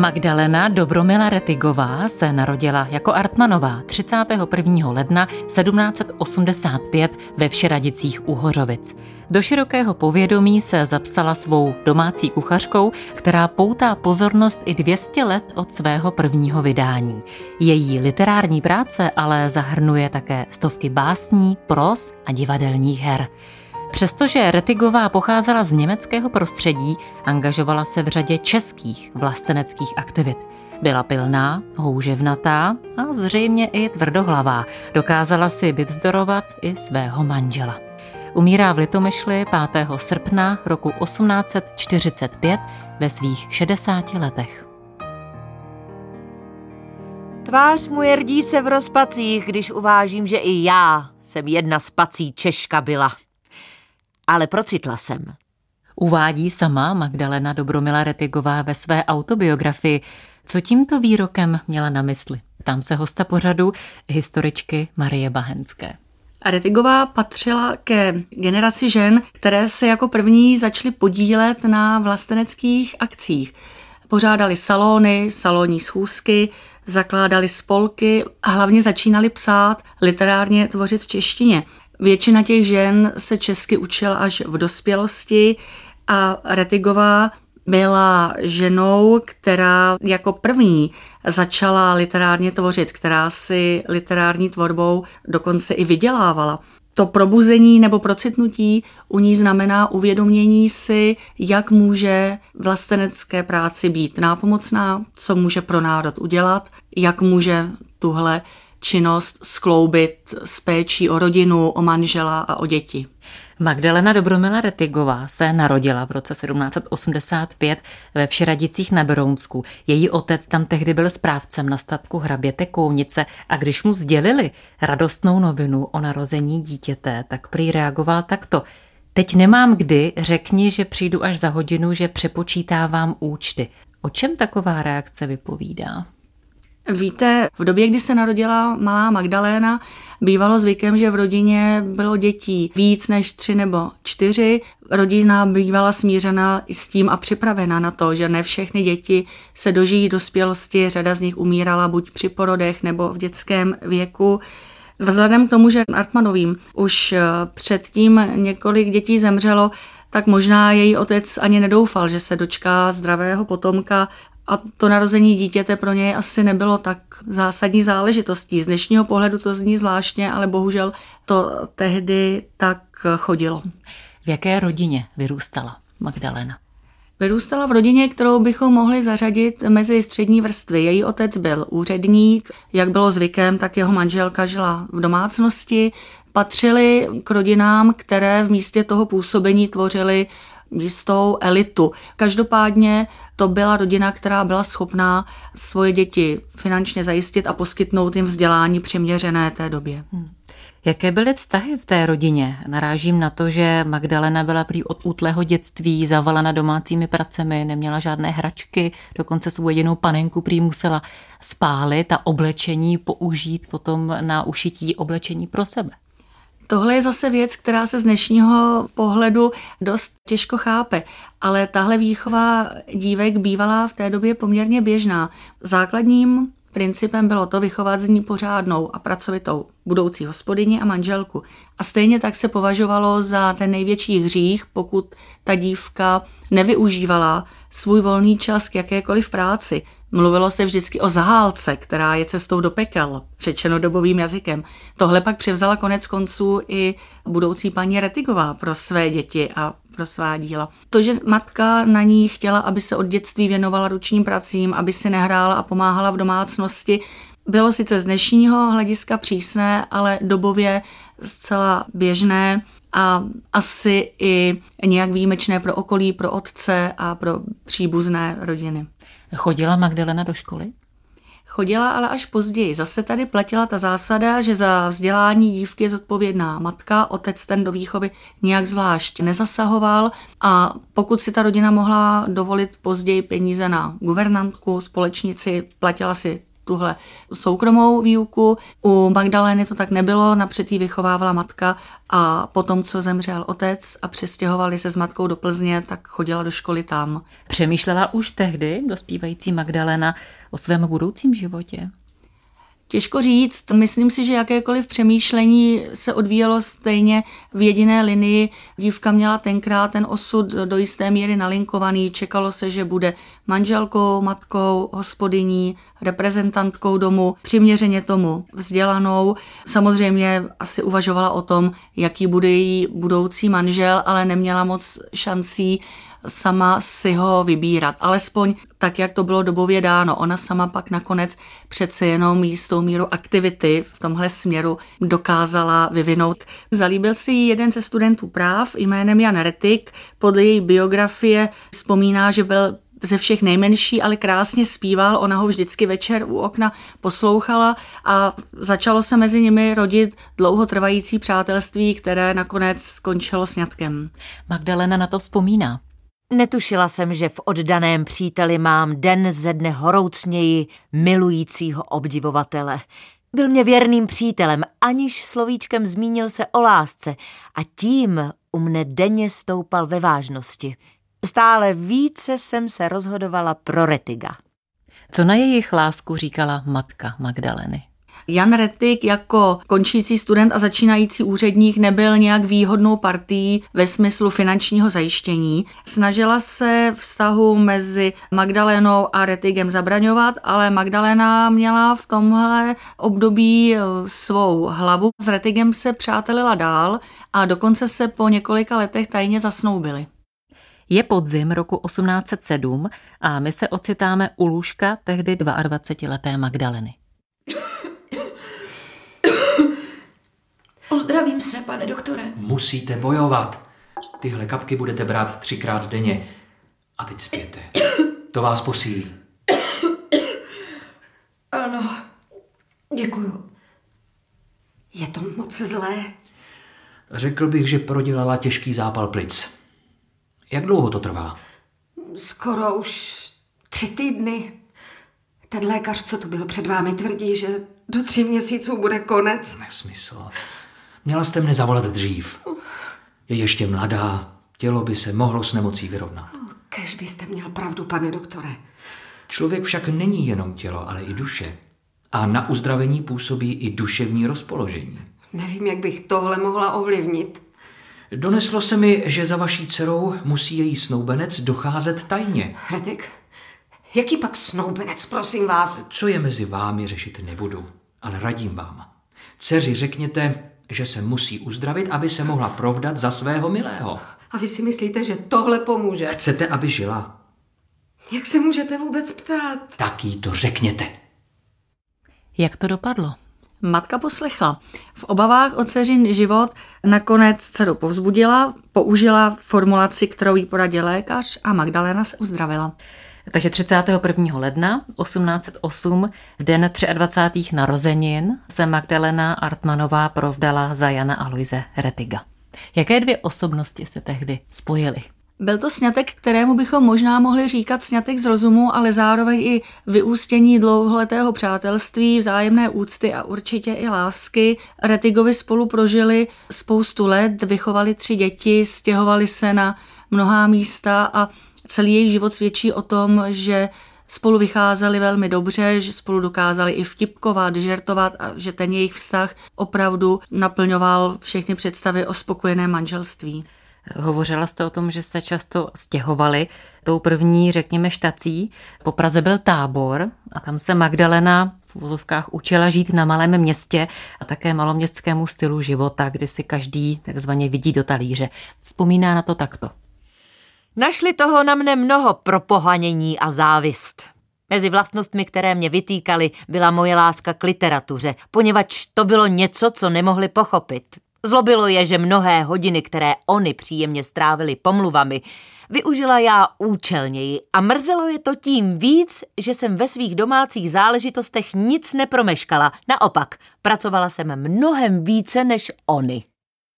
Magdalena Dobromila Rettigová se narodila jako Artmanová 31. ledna 1785 ve Všeradicích u Hořovic. Do širokého povědomí se zapsala svou domácí kuchařkou, která poutá pozornost i 200 let od svého prvního vydání. Její literární práce ale zahrnuje také stovky básní, pros a divadelních her. Přestože Rettigová pocházela z německého prostředí, angažovala se v řadě českých vlasteneckých aktivit. Byla pilná, houževnatá a zřejmě i tvrdohlavá. Dokázala si vyvzdorovat i svého manžela. Umírá v Litomyšli 5. srpna roku 1845 ve svých 60 letech. Tvář mu rdí se v rozpacích, když uvážím, že i já jsem jedna z pací Češka byla. Ale procitla jsem. Uvádí sama Magdalena Dobromila Rettigová ve své autobiografii. Co tímto výrokem měla na mysli? Ptám se hosta pořadu, historičky Marie Bahenské. Rettigová patřila ke generaci žen, které se jako první začaly podílet na vlasteneckých akcích. Pořádali salony, salonní schůzky, zakládali spolky a hlavně začínali psát, literárně tvořit v češtině. Většina těch žen se česky učila až v dospělosti a Rettigová byla ženou, která jako první začala literárně tvořit, která si literární tvorbou dokonce i vydělávala. To probuzení nebo procitnutí u ní znamená uvědomění si, jak může vlastenecké práci být nápomocná, co může pro národ udělat, jak může tuhle činnost skloubit s péčí o rodinu, o manžela a o děti. Magdalena Dobromila Rettigová se narodila v roce 1785 ve Všeradicích na Berounsku. Její otec tam tehdy byl správcem na statku hraběte Kounice a když mu sdělili radostnou novinu o narození dítěte, tak prý reagoval takto. Teď nemám kdy, řekni, že přijdu až za hodinu, že přepočítávám účty. O čem taková reakce vypovídá? Víte, v době, kdy se narodila malá Magdaléna, bývalo zvykem, že v rodině bylo dětí víc než 3 nebo 4. Rodina bývala smířena s tím a připravena na to, že ne všechny děti se dožijí dospělosti, řada z nich umírala buď při porodech nebo v dětském věku. Vzhledem k tomu, že Artmanovým už předtím několik dětí zemřelo, tak možná její otec ani nedoufal, že se dočká zdravého potomka. A to narození dítěte pro něj asi nebylo tak zásadní záležitostí. Z dnešního pohledu to zní zvláštně, ale bohužel to tehdy tak chodilo. V jaké rodině vyrůstala Magdalena? Vyrůstala v rodině, kterou bychom mohli zařadit mezi střední vrstvy. Její otec byl úředník, jak bylo zvykem, tak jeho manželka žila v domácnosti. Patřili k rodinám, které v místě toho působení tvořily jistou elitu. Každopádně to byla rodina, která byla schopná svoje děti finančně zajistit a poskytnout jim vzdělání přiměřené té době. Jaké byly vztahy v té rodině? Narážím na to, že Magdalena byla prý od útlého dětství zavalena domácími pracemi, neměla žádné hračky, dokonce svou jedinou panenku prý musela spálit a oblečení použít potom na ušití oblečení pro sebe. Tohle je zase věc, která se z dnešního pohledu dost těžko chápe, ale tahle výchova dívek bývala v té době poměrně běžná. Základním principem bylo to vychovat z ní pořádnou a pracovitou budoucí hospodyni a manželku. A stejně tak se považovalo za ten největší hřích, pokud ta dívka nevyužívala svůj volný čas k jakékoliv práci. Mluvilo se vždycky o zahálce, která je cestou do pekel, řečeno dobovým jazykem. Tohle pak převzala konec konců i budoucí paní Rettigová pro své děti a pro svá díla. To, že matka na ní chtěla, aby se od dětství věnovala ručním pracím, aby si nehrála a pomáhala v domácnosti, bylo sice z dnešního hlediska přísné, ale dobově zcela běžné a asi i nějak výjimečné pro okolí, pro otce a pro příbuzné rodiny. Chodila Magdalena do školy? Chodila, ale až později. Zase tady platila ta zásada, že za vzdělání dívky je zodpovědná matka, otec ten do výchovy nějak zvlášť nezasahoval a pokud si ta rodina mohla dovolit později peníze na guvernantku, společnici, platila si tuhle soukromou výuku. U Magdalény to tak nebylo, napřed jí vychovávala matka a potom, co zemřel otec a přestěhovali se s matkou do Plzně, tak chodila do školy tam. Přemýšlela už tehdy dospívající Magdaléna o svém budoucím životě? Těžko říct, myslím si, že jakékoliv přemýšlení se odvíjelo stejně v jediné linii. Dívka měla tenkrát ten osud do jisté míry nalinkovaný, čekalo se, že bude manželkou, matkou, hospodyní, reprezentantkou domu, přiměřeně tomu vzdělanou. Samozřejmě asi uvažovala o tom, jaký bude její budoucí manžel, ale neměla moc šancí sama si ho vybírat. Alespoň tak, jak to bylo dobově dáno. Ona sama pak nakonec přece jenom jistou míru aktivity v tomhle směru dokázala vyvinout. Zalíbil si jí jeden ze studentů práv jménem Jan Rettig. Podle její biografie vzpomíná, že byl ze všech nejmenší, ale krásně zpíval. Ona ho vždycky večer u okna poslouchala a začalo se mezi nimi rodit dlouhotrvající přátelství, které nakonec skončilo sňatkem. Magdaléna na to vzpomíná. Netušila jsem, že v oddaném příteli mám den ze dne horoucněji milujícího obdivovatele. Byl mě věrným přítelem, aniž slovíčkem zmínil se o lásce a tím u mne denně stoupal ve vážnosti. Stále více jsem se rozhodovala pro Rettiga. Co na jejich lásku říkala matka Magdalény? Jan Rettig jako končící student a začínající úředník nebyl nějak výhodnou partií ve smyslu finančního zajištění. Snažila se vztahu mezi Magdalénou a Rettigem zabraňovat, ale Magdaléna měla v tomhle období svou hlavu. S Rettigem se přátelila dál a dokonce se po několika letech tajně zasnoubili. Je podzim roku 1807 a my se ocitáme u lůžka tehdy 22leté Magdalény. Ozdravím se, pane doktore. Musíte bojovat. Tyhle kapky budete brát 3krát denně. A teď spěte. To vás posílí. Ano, děkuju. Je to moc zlé. Řekl bych, že prodělala těžký zápal plic. Jak dlouho to trvá? Skoro už 3 týdny. Ten lékař, co tu byl před vámi, tvrdí, že do 3 měsíců bude konec. Nesmysl. Měla jste mne zavolat dřív. Je ještě mladá, tělo by se mohlo s nemocí vyrovnat. Kéž byste měl pravdu, pane doktore. Člověk však není jenom tělo, ale i duše. A na uzdravení působí i duševní rozpoložení. Nevím, jak bych tohle mohla ovlivnit. Doneslo se mi, že za vaší dcerou musí její snoubenec docházet tajně. Rettig, jaký pak snoubenec, prosím vás? Co je mezi vámi, řešit nebudu, ale radím vám. Dceři řekněte, že se musí uzdravit, aby se mohla provdat za svého milého. A vy si myslíte, že tohle pomůže? Chcete, aby žila? Jak se můžete vůbec ptát? Tak jí to řekněte. Jak to dopadlo? Matka poslechla. V obavách o dceřin život nakonec dceru povzbudila, použila formulaci, kterou jí poradil lékař a Magdaléna se uzdravila. Takže 31. ledna 1808, v den 23. narozenin, se Magdaléna Artmanová provdala za Jana Aloise Rettiga. Jaké 2 osobnosti se tehdy spojily? Byl to sňatek, kterému bychom možná mohli říkat sňatek z rozumu, ale zároveň i vyústění dlouholetého přátelství, vzájemné úcty a určitě i lásky. Rettigovi spolu prožili spoustu let, vychovali 3 děti, stěhovali se na mnohá místa a celý jejich život svědčí o tom, že spolu vycházeli velmi dobře, že spolu dokázali i vtipkovat, žertovat a že ten jejich vztah opravdu naplňoval všechny představy o spokojeném manželství. Hovořila jste o tom, že se často stěhovali. Tou první, řekněme, štací po Praze byl Tábor a tam se Magdaléna v uvozovkách učila žít na malém městě a také maloměstskému stylu života, kdy si každý takzvaně vidí do talíře. Vzpomíná na to takto. Našli toho na mne mnoho pro pohanění a závist. Mezi vlastnostmi, které mě vytýkaly, byla moje láska k literatuře, poněvadž to bylo něco, co nemohli pochopit. Zlobilo je, že mnohé hodiny, které oni příjemně strávili pomluvami, využila já účelněji a mrzelo je to tím víc, že jsem ve svých domácích záležitostech nic nepromeškala. Naopak, pracovala jsem mnohem více než oni.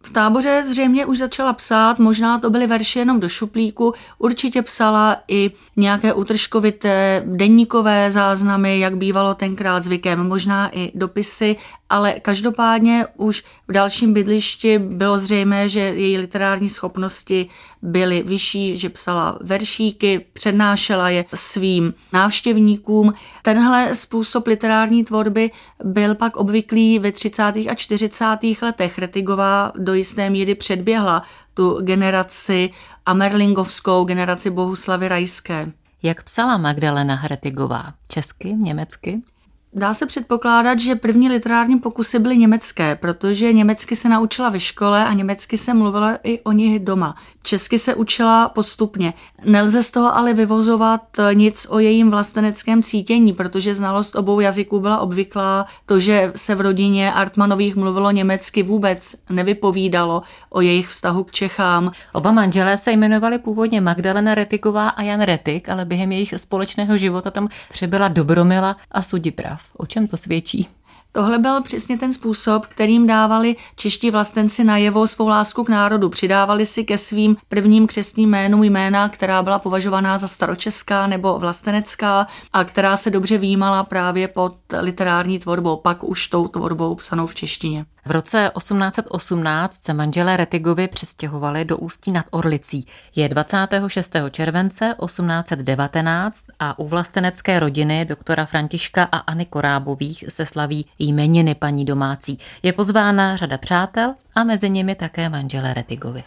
V táboře zřejmě už začala psát, možná to byly verše jenom do šuplíku, určitě psala i nějaké útržkovité deníkové záznamy, jak bývalo tenkrát zvykem, možná i dopisy, ale každopádně už v dalším bydlišti bylo zřejmé, že její literární schopnosti byly vyšší, že psala veršíky, přednášela je svým návštěvníkům. Tenhle způsob literární tvorby byl pak obvyklý ve 30. a 40. letech. Rettigová do jisté míry předběhla tu generaci amerlingovskou, generaci Bohuslavy Rajské. Jak psala Magdalena Rettigová? Česky, německy? Dá se předpokládat, že první literární pokusy byly německé, protože německy se naučila ve škole a německy se mluvila i o nich doma. Česky se učila postupně. Nelze z toho ale vyvozovat nic o jejím vlasteneckém cítění, protože znalost obou jazyků byla obvyklá. To, že se v rodině Artmanových mluvilo německy, vůbec nevypovídalo o jejich vztahu k Čechám. Oba manželé se jmenovali původně Magdalena Rettigová a Jan Rettig, ale během jejich společného života tam přibyla Dobromila a Sudiprav. O čem to svědčí? Tohle byl přesně ten způsob, kterým dávali čeští vlastenci najevo svou lásku k národu. Přidávali si ke svým prvním křestním jménům jména, která byla považovaná za staročeská nebo vlastenecká a která se dobře vnímala právě pod literární tvorbou, pak už tou tvorbou psanou v češtině. V roce 1818 se manželé Rettigovi přestěhovali do Ústí nad Orlicí. Je 26. července 1819 a u vlastenecké rodiny doktora Františka a Anny Korábových se slaví jmeniny paní domácí. Je pozvána řada přátel a mezi nimi také manželé Rettigovi.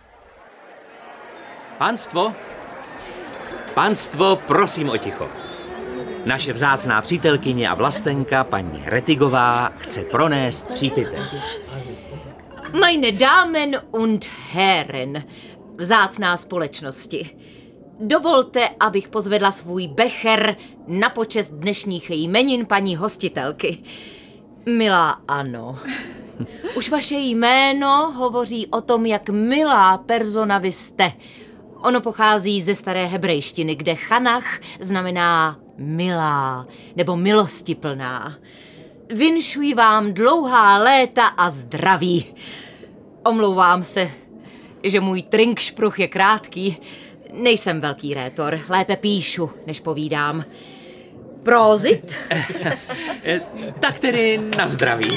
Pánstvo, prosím o ticho. Naše vzácná přítelkyně a vlastenka, paní Rettigová, chce pronést přípitek. Meine Damen und Herren, vzácná společnosti. Dovolte, abych pozvedla svůj becher na počest dnešních jmenin paní hostitelky. Milá Ano, už vaše jméno hovoří o tom, jak milá persona vy jste. Ono pochází ze staré hebrejštiny, kde Chanach znamená milá nebo milostiplná. Vinšuji vám dlouhá léta a zdraví. Omlouvám se, že můj trinkšpruch je krátký. Nejsem velký rétor, lépe píšu, než povídám. Prózit? Tak tedy na zdraví.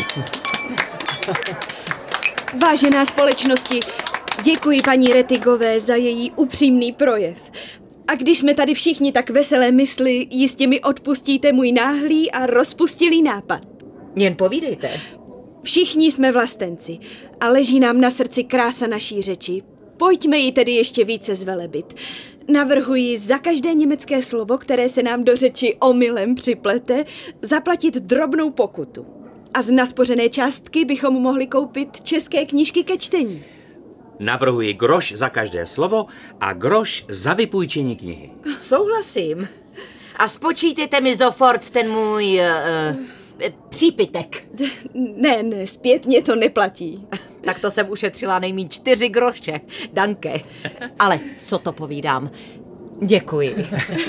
Vážená společnosti, děkuji paní Rettigové za její upřímný projev. A když jsme tady všichni tak veselé mysli, jistě mi odpustíte můj náhlý a rozpustilý nápad. Jen povídejte. Všichni jsme vlastenci a leží nám na srdci krása naší řeči. Pojďme ji tedy ještě více zvelebit. Navrhuji za každé německé slovo, které se nám do řeči omylem připlete, zaplatit drobnou pokutu. A z naspořené částky bychom mohli koupit české knížky ke čtení. Navrhuji groš za každé slovo a groš za vypůjčení knihy. Souhlasím. A spočítejte mi zofort ten můj přípitek. Ne, zpětně to neplatí. Tak to jsem ušetřila nejmíň 4 groše. Danke. Ale co to povídám? Děkuji.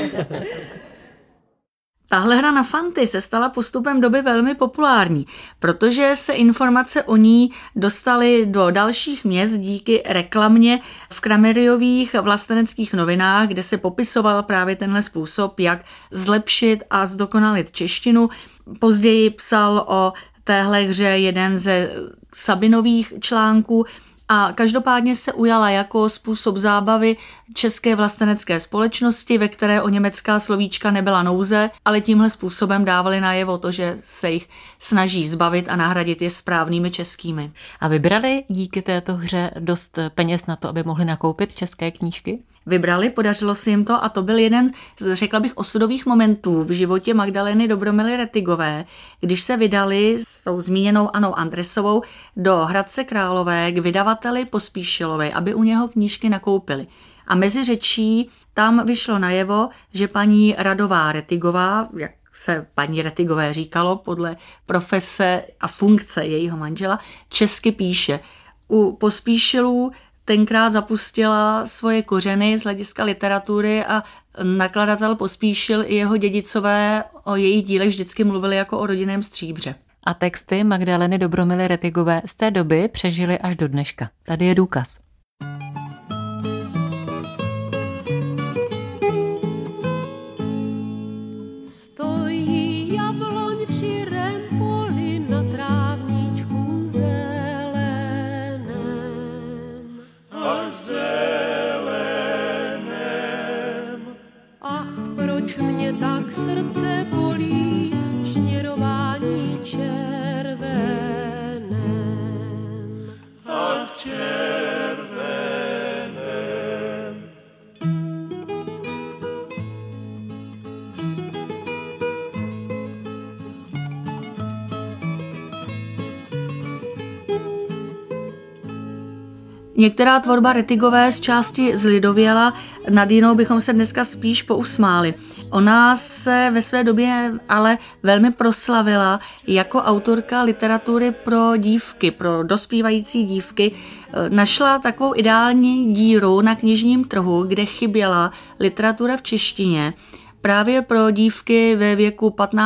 Tahle hra na fanty se stala postupem doby velmi populární, protože se informace o ní dostaly do dalších měst díky reklamě v Krameriových vlasteneckých novinách, kde se popisoval právě tenhle způsob, jak zlepšit a zdokonalit češtinu. Později psal o téhle hře jeden ze Sabinových článků a každopádně se ujala jako způsob zábavy české vlastenecké společnosti, ve které o německá slovíčka nebyla nouze, ale tímhle způsobem dávali najevo to, že se jich snaží zbavit a nahradit je správnými českými. A vybrali díky této hře dost peněz na to, aby mohli nakoupit české knížky? Vybrali, podařilo se jim to a to byl jeden z, řekla bych, osudových momentů v životě Magdaleny Dobromily Rettigové, když se vydali s tou zmíněnou Annou Andresovou do Hradce Králové k vydavateli Pospíšilovi, aby u něho knížky nakoupili. A mezi řečí tam vyšlo najevo, že paní Radová Rettigová, jak se paní Rettigové říkalo podle profese a funkce jejího manžela, česky píše. U Pospíšilů tenkrát zapustila svoje kořeny z hlediska literatury a nakladatel Pospíšil i jeho dědicové o jejich dílech vždycky mluvili jako o rodinném stříbře. A texty Magdaleny Dobromily Rettigové z té doby přežily až do dneška. Tady je důkaz. Stojí jabloň v širém poli na trávníčku zeleném. Ach, zeleném. Ach, proč mě tak srdce bolí v šněrování červeném. Ach, červeném. Některá tvorba Rettigové z části zlidověla, nad jinou bychom se dneska spíš pousmáli. Ona se ve své době ale velmi proslavila jako autorka literatury pro dívky, pro dospívající dívky. Našla takovou ideální díru na knižním trhu, kde chyběla literatura v češtině právě pro dívky ve věku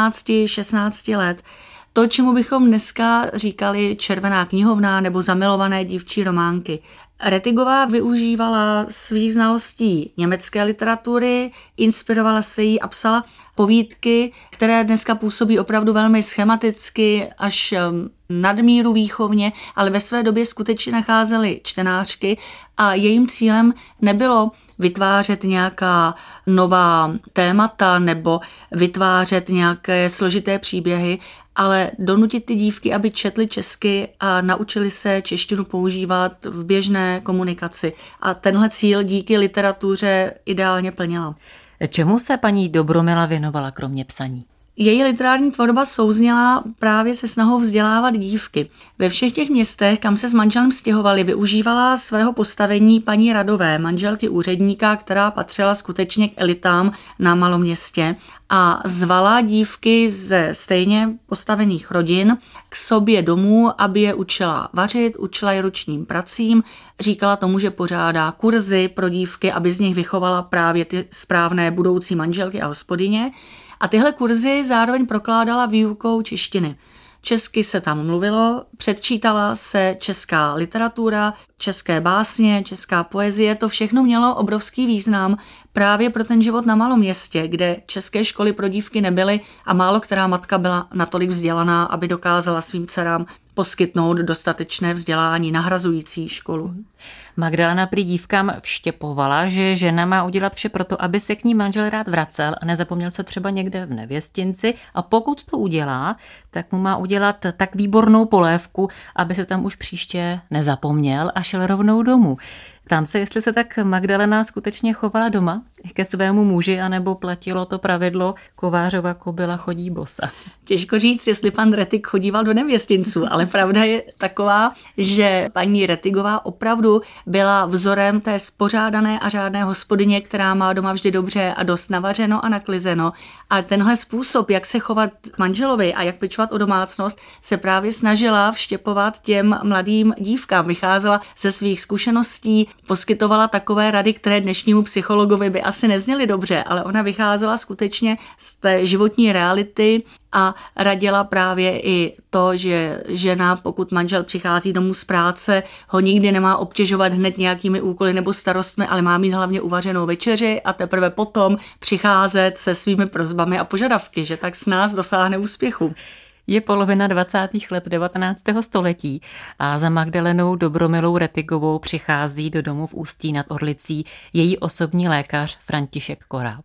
15-16 let. To, čemu bychom dneska říkali červená knihovna nebo zamilované dívčí románky. Rettigová využívala svých znalostí německé literatury, inspirovala se jí a psala povídky, které dneska působí opravdu velmi schematicky, až nadmíru výchovně, ale ve své době skutečně nacházely čtenářky a jejím cílem nebylo vytvářet nějaká nová témata nebo vytvářet nějaké složité příběhy, ale donutit ty dívky, aby četly česky a naučili se češtinu používat v běžné komunikaci. A tenhle cíl díky literatuře ideálně plnila. Čemu se paní Dobromila věnovala kromě psaní? Její literární tvorba souzněla právě se snahou vzdělávat dívky. Ve všech těch městech, kam se s manželem stěhovali, využívala svého postavení paní Radové, manželky úředníka, která patřila skutečně k elitám na Maloměstě a zvala dívky ze stejně postavených rodin k sobě domů, aby je učila vařit, učila je ručním pracím, říkala tomu, že pořádá kurzy pro dívky, aby z nich vychovala právě ty správné budoucí manželky a hospodyně. A tyhle kurzy zároveň prokládala výukou češtiny. Česky se tam mluvilo, předčítala se česká literatura, české básně, česká poezie, to všechno mělo obrovský význam právě pro ten život na malom městě, kde české školy pro dívky nebyly a málo která matka byla natolik vzdělaná, aby dokázala svým dcerám poskytnout dostatečné vzdělání nahrazující školu. Magdalena prý dívkám vštěpovala, že žena má udělat vše proto, aby se k ní manžel rád vracel a nezapomněl se třeba někde v nevěstinci a pokud to udělá, tak mu má udělat tak výbornou polévku, aby se tam už příště nezapomněl a šel rovnou domů. Ptám se, jestli se tak Magdalena skutečně chovala doma ke svému muži, anebo platilo to pravidlo kovářova kobyla chodí bosa. Těžko říct, jestli pan Rettig chodíval do nevěstinců, ale pravda je taková, že paní Rettigová opravdu byla vzorem té spořádané a řádné hospodyně, která má doma vždy dobře a dost navařeno a naklizeno. A tenhle způsob, jak se chovat k manželovi a jak pečovat o domácnost, se právě snažila vštěpovat těm mladým dívkám. Vycházela ze svých zkušeností, poskytovala takové rady, které dnešnímu psychologovi by asi nezněly dobře, ale ona vycházela skutečně z té životní reality a radila právě i to, že žena, pokud manžel přichází domů z práce, ho nikdy nemá obtěžovat hned nějakými úkoly nebo starostmi, ale má mít hlavně uvařenou večeři a teprve potom přicházet se svými prosbami a požadavky, že tak s nás dosáhne úspěchu. Je polovina 20. let 19. století a za Magdalenou Dobromilou Rettigovou přichází do domu v Ústí nad Orlicí její osobní lékař František Koráb.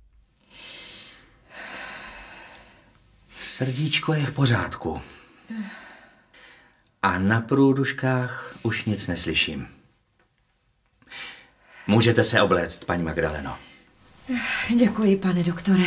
Srdíčko je v pořádku. A na průduškách už nic neslyším. Můžete se obléct, paní Magdaleno. Děkuji, pane doktore.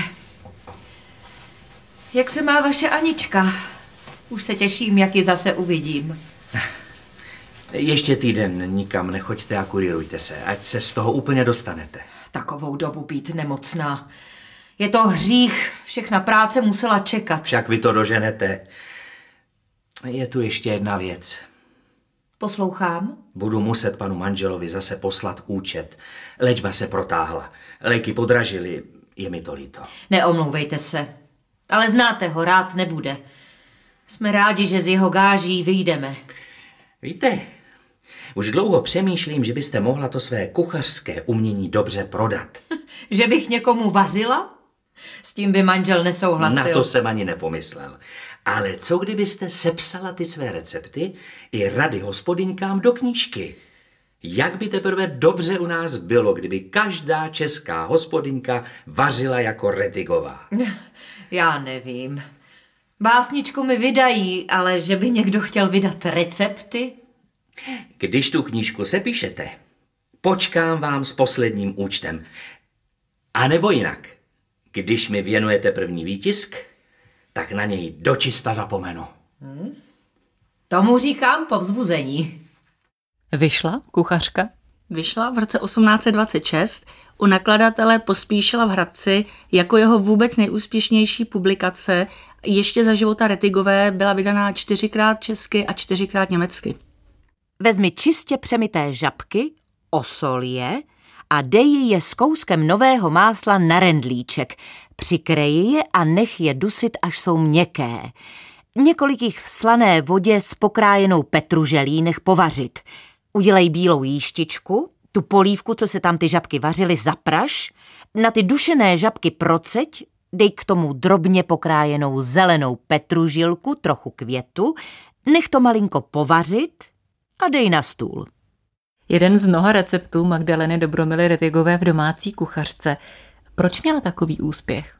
Jak se má vaše Anička? Už se těším, jak ji zase uvidím. Ještě týden nikam nechoďte a kurírujte se, ať se z toho úplně dostanete. Takovou dobu být nemocná. Je to hřích, všechna práce musela čekat. Však vy to doženete. Je tu ještě jedna věc. Poslouchám? Budu muset panu manželovi zase poslat účet. Léčba se protáhla. Léky podražily, je mi to líto. Neomlouvejte se. Ale znáte ho, rád nebude. Jsme rádi, že z jeho gáží vyjdeme. Víte, už dlouho přemýšlím, že byste mohla to své kuchařské umění dobře prodat. Že bych někomu vařila? S tím by manžel nesouhlasil. Na to jsem ani nepomyslel. Ale co kdybyste sepsala ty své recepty i rady hospodyňkám do knížky? Jak by teprve dobře u nás bylo, kdyby každá česká hospodyňka vařila jako Rettigová? Já nevím. Básničku mi vydají, ale že by někdo chtěl vydat recepty? Když tu knížku sepíšete, počkám vám s posledním účtem. A nebo jinak, když mi věnujete první výtisk, tak na něj dočista zapomenu. Tomu říkám povzbuzení. Vyšla kuchařka? Vyšla v roce 1826 u nakladatele Pospíšila v Hradci jako jeho vůbec nejúspěšnější publikace. Ještě za života Rettigové byla vydaná 4krát česky a 4krát německy. Vezmi čistě přemyté žabky, osol je a dej je s kouskem nového másla na rendlíček. Přikreji je a nech je dusit, až jsou měkké. Několik jich v slané vodě s pokrájenou petruželí nech povařit. Udělej bílou jíštičku, tu polívku, co se tam ty žabky vařily, zapraš, na ty dušené žabky proceď, dej k tomu drobně pokrájenou zelenou petružilku, trochu květu, nech to malinko povařit a dej na stůl. Jeden z mnoha receptů Magdaleny Dobromily Rettigové v domácí kuchařce. Proč měla takový úspěch?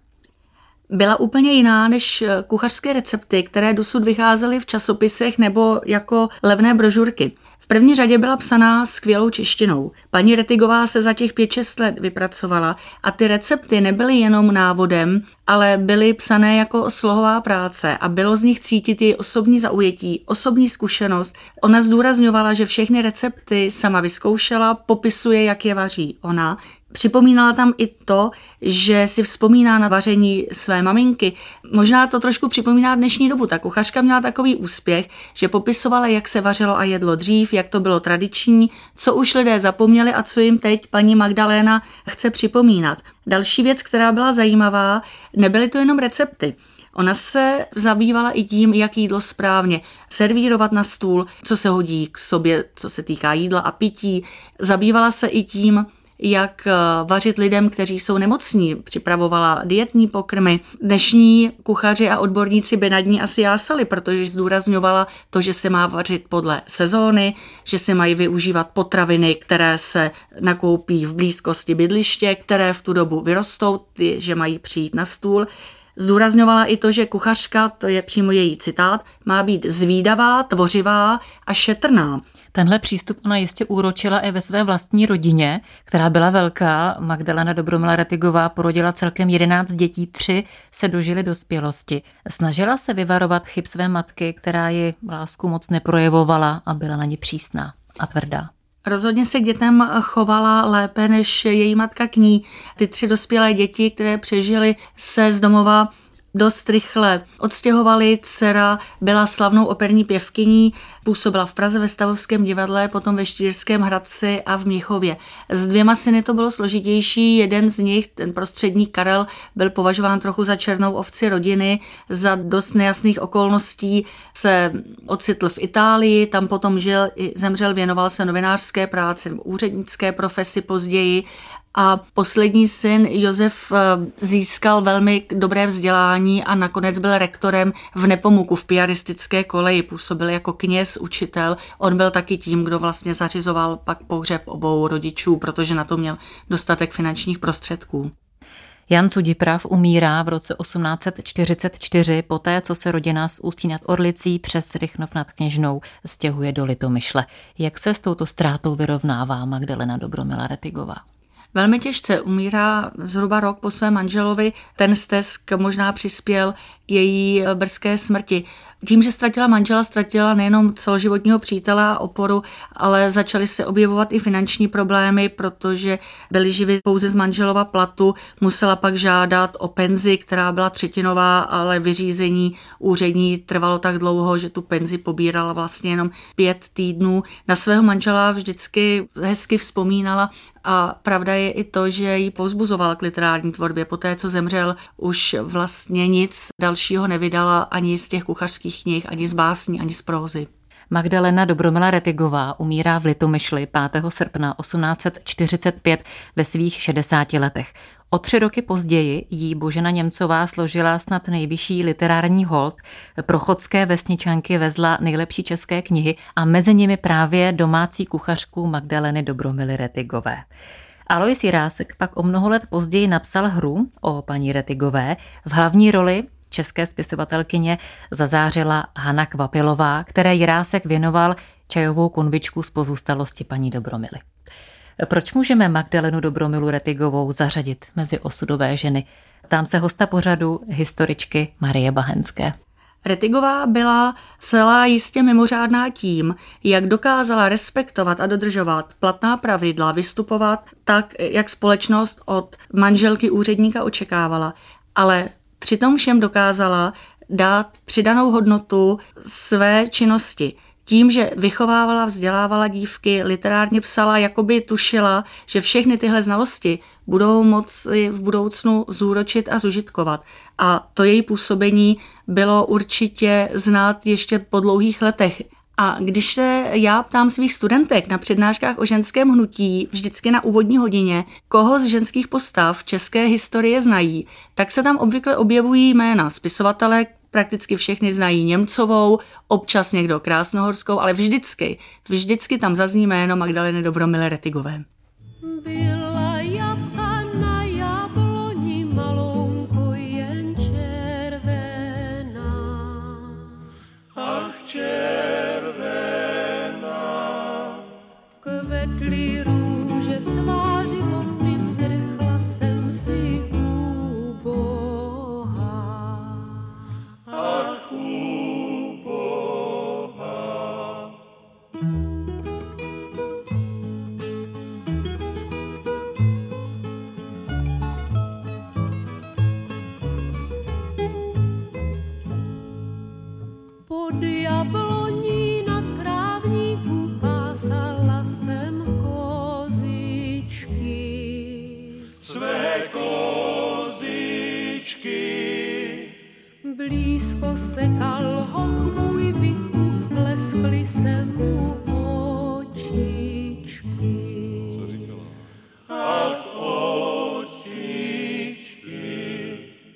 Byla úplně jiná než kuchařské recepty, které dosud vycházely v časopisech nebo jako levné brožurky. V první řadě byla psaná skvělou češtinou. Paní Rettigová se za těch 5-6 let vypracovala a ty recepty nebyly jenom návodem, ale byly psané jako slohová práce a bylo z nich cítit její osobní zaujetí, osobní zkušenost. Ona zdůrazňovala, že všechny recepty sama vyzkoušela, popisuje, jak je vaří ona. Připomínala tam i to, že si vzpomíná na vaření své maminky. Možná to trošku připomíná dnešní dobu. Ta kuchařka měla takový úspěch, že popisovala, jak se vařilo a jedlo dřív, jak to bylo tradiční, co už lidé zapomněli a co jim teď paní Magdalena chce připomínat. Další věc, která byla zajímavá, nebyly to jenom recepty. Ona se zabývala i tím, jak jídlo správně servírovat na stůl, co se hodí k sobě, co se týká jídla a pití. Zabývala se i tím, jak vařit lidem, kteří jsou nemocní. Připravovala dietní pokrmy. Dnešní kuchaři a odborníci by nad ní asi jásali, protože zdůrazňovala to, že se má vařit podle sezóny, že se mají využívat potraviny, které se nakoupí v blízkosti bydliště, které v tu dobu vyrostou, že mají přijít na stůl. Zdůrazňovala i to, že kuchařka, to je přímo její citát, má být zvídavá, tvořivá a šetrná. Tenhle přístup ona jistě úročila i ve své vlastní rodině, která byla velká. Magdalena Dobromila Rettigová porodila celkem 11 dětí, 3 se dožily dospělosti. Snažila se vyvarovat chyb své matky, která ji lásku moc neprojevovala a byla na ně přísná a tvrdá. Rozhodně se k dětem chovala lépe než její matka k ní. Ty 3 dospělé děti, které přežily, se z domova dost rychle odstěhovali. Dcera byla slavnou operní pěvkyní, působila v Praze ve Stavovském divadle, potom ve Štýrském Hradci a v Mnichově. S 2 syny to bylo složitější, jeden z nich, ten prostřední Karel, byl považován trochu za černou ovci rodiny, za dost nejasných okolností se ocitl v Itálii, tam potom žil i zemřel, věnoval se novinářské práci, úřednické profesi později. A poslední syn Josef získal velmi dobré vzdělání a nakonec byl rektorem v Nepomuku v piaristické koleji. Působil jako kněz, učitel. On byl taky tím, kdo vlastně zařizoval pak pohřeb obou rodičů, protože na to měl dostatek finančních prostředků. Jan Cudiprav umírá v roce 1844, poté co se rodina z Ústí nad Orlicí přes Rychnov nad Kněžnou stěhuje do Litomyšle. Jak se s touto ztrátou vyrovnává Magdalena Dobromila Rettigová? Velmi těžce, umírá zhruba rok po svém manželovi. Ten stesk možná přispěl její brzké smrti. Tím, že ztratila manžela, ztratila nejenom celoživotního přítele a oporu, ale začaly se objevovat i finanční problémy, protože byly živy pouze z manželova platu. Musela pak žádat o penzi, která byla 3tinová, ale vyřízení úřední trvalo tak dlouho, že tu penzi pobírala vlastně jenom 5 týdnů. Na svého manžela vždycky hezky vzpomínala a pravda je i to, že ji povzbuzoval k literární tvorbě. Poté, co zemřel, už vlastně nic dalšího dalšího nevydala ani z těch kuchařských knih, ani z básní, ani z prózy. Magdalena Dobromila Rettigová umírá v Litomyšli 5. srpna 1845 ve svých 60 letech. O 3 roky později jí Božena Němcová složila snad nejvyšší literární hold. Pro chodské vesničanky vezla nejlepší české knihy a mezi nimi právě domácí kuchařku Magdaleny Dobromily Rettigové. Alois Jirásek pak o mnoho let později napsal hru o paní Rettigové. V hlavní roli české spisovatelkyně zazářila Hana Kvapilová, které Jirásek věnoval čajovou konvičku z pozůstalosti paní Dobromily. Proč můžeme Magdalenu Dobromilu Rettigovou zařadit mezi osudové ženy? Ptám se hosta pořadu, historičky Marie Bahenské. Rettigová byla celá jistě mimořádná tím, jak dokázala respektovat a dodržovat platná pravidla, vystupovat tak, jak společnost od manželky úředníka očekávala, ale přitom všem dokázala dát přidanou hodnotu své činnosti. Tím, že vychovávala, vzdělávala dívky, literárně psala, jakoby tušila, že všechny tyhle znalosti budou moci v budoucnu zúročit a zužitkovat. A to její působení bylo určitě znát ještě po dlouhých letech. A když se já ptám svých studentek na přednáškách o ženském hnutí, vždycky na úvodní hodině, koho z ženských postav české historie znají, tak se tam obvykle objevují jména spisovatelek, prakticky všechny znají Němcovou, občas někdo Krásnohorskou, ale vždycky tam zazní jméno Magdaleny Dobromily Rettigové. Byla jabka na jabloni, malounko jen červená. Ach, červená. Kvetly růže v tváři mým, zrychla jsem si u Boha. Ach, u Boha. Pod jabloní na trávníku pásala jsem kozičky. Své kozičky. Blízko sekal hoch můj byku, leskly se mu očičky. Co říkala? Ach, očičky.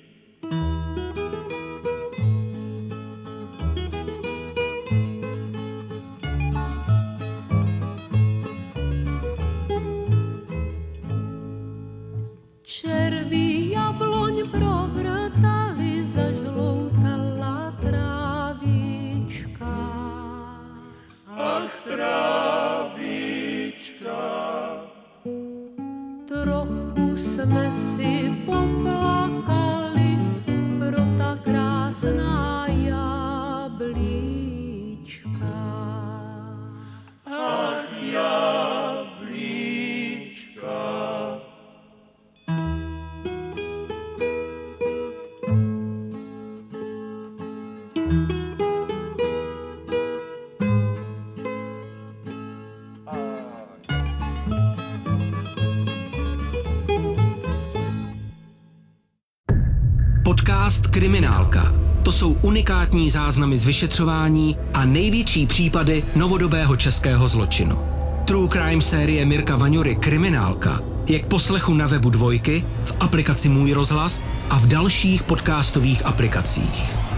Červí jabloň provrtali, zažloutala trávička. Ach, trávička. Trochu jsme si poplakali pro ta krásná jablíčka. Ach, jablíčka. Podcast Kriminálka. To jsou unikátní záznamy z vyšetřování a největší případy novodobého českého zločinu. True crime série Mirka Vaňury Kriminálka je k poslechu na webu Dvojky, v aplikaci Můj rozhlas a v dalších podcastových aplikacích.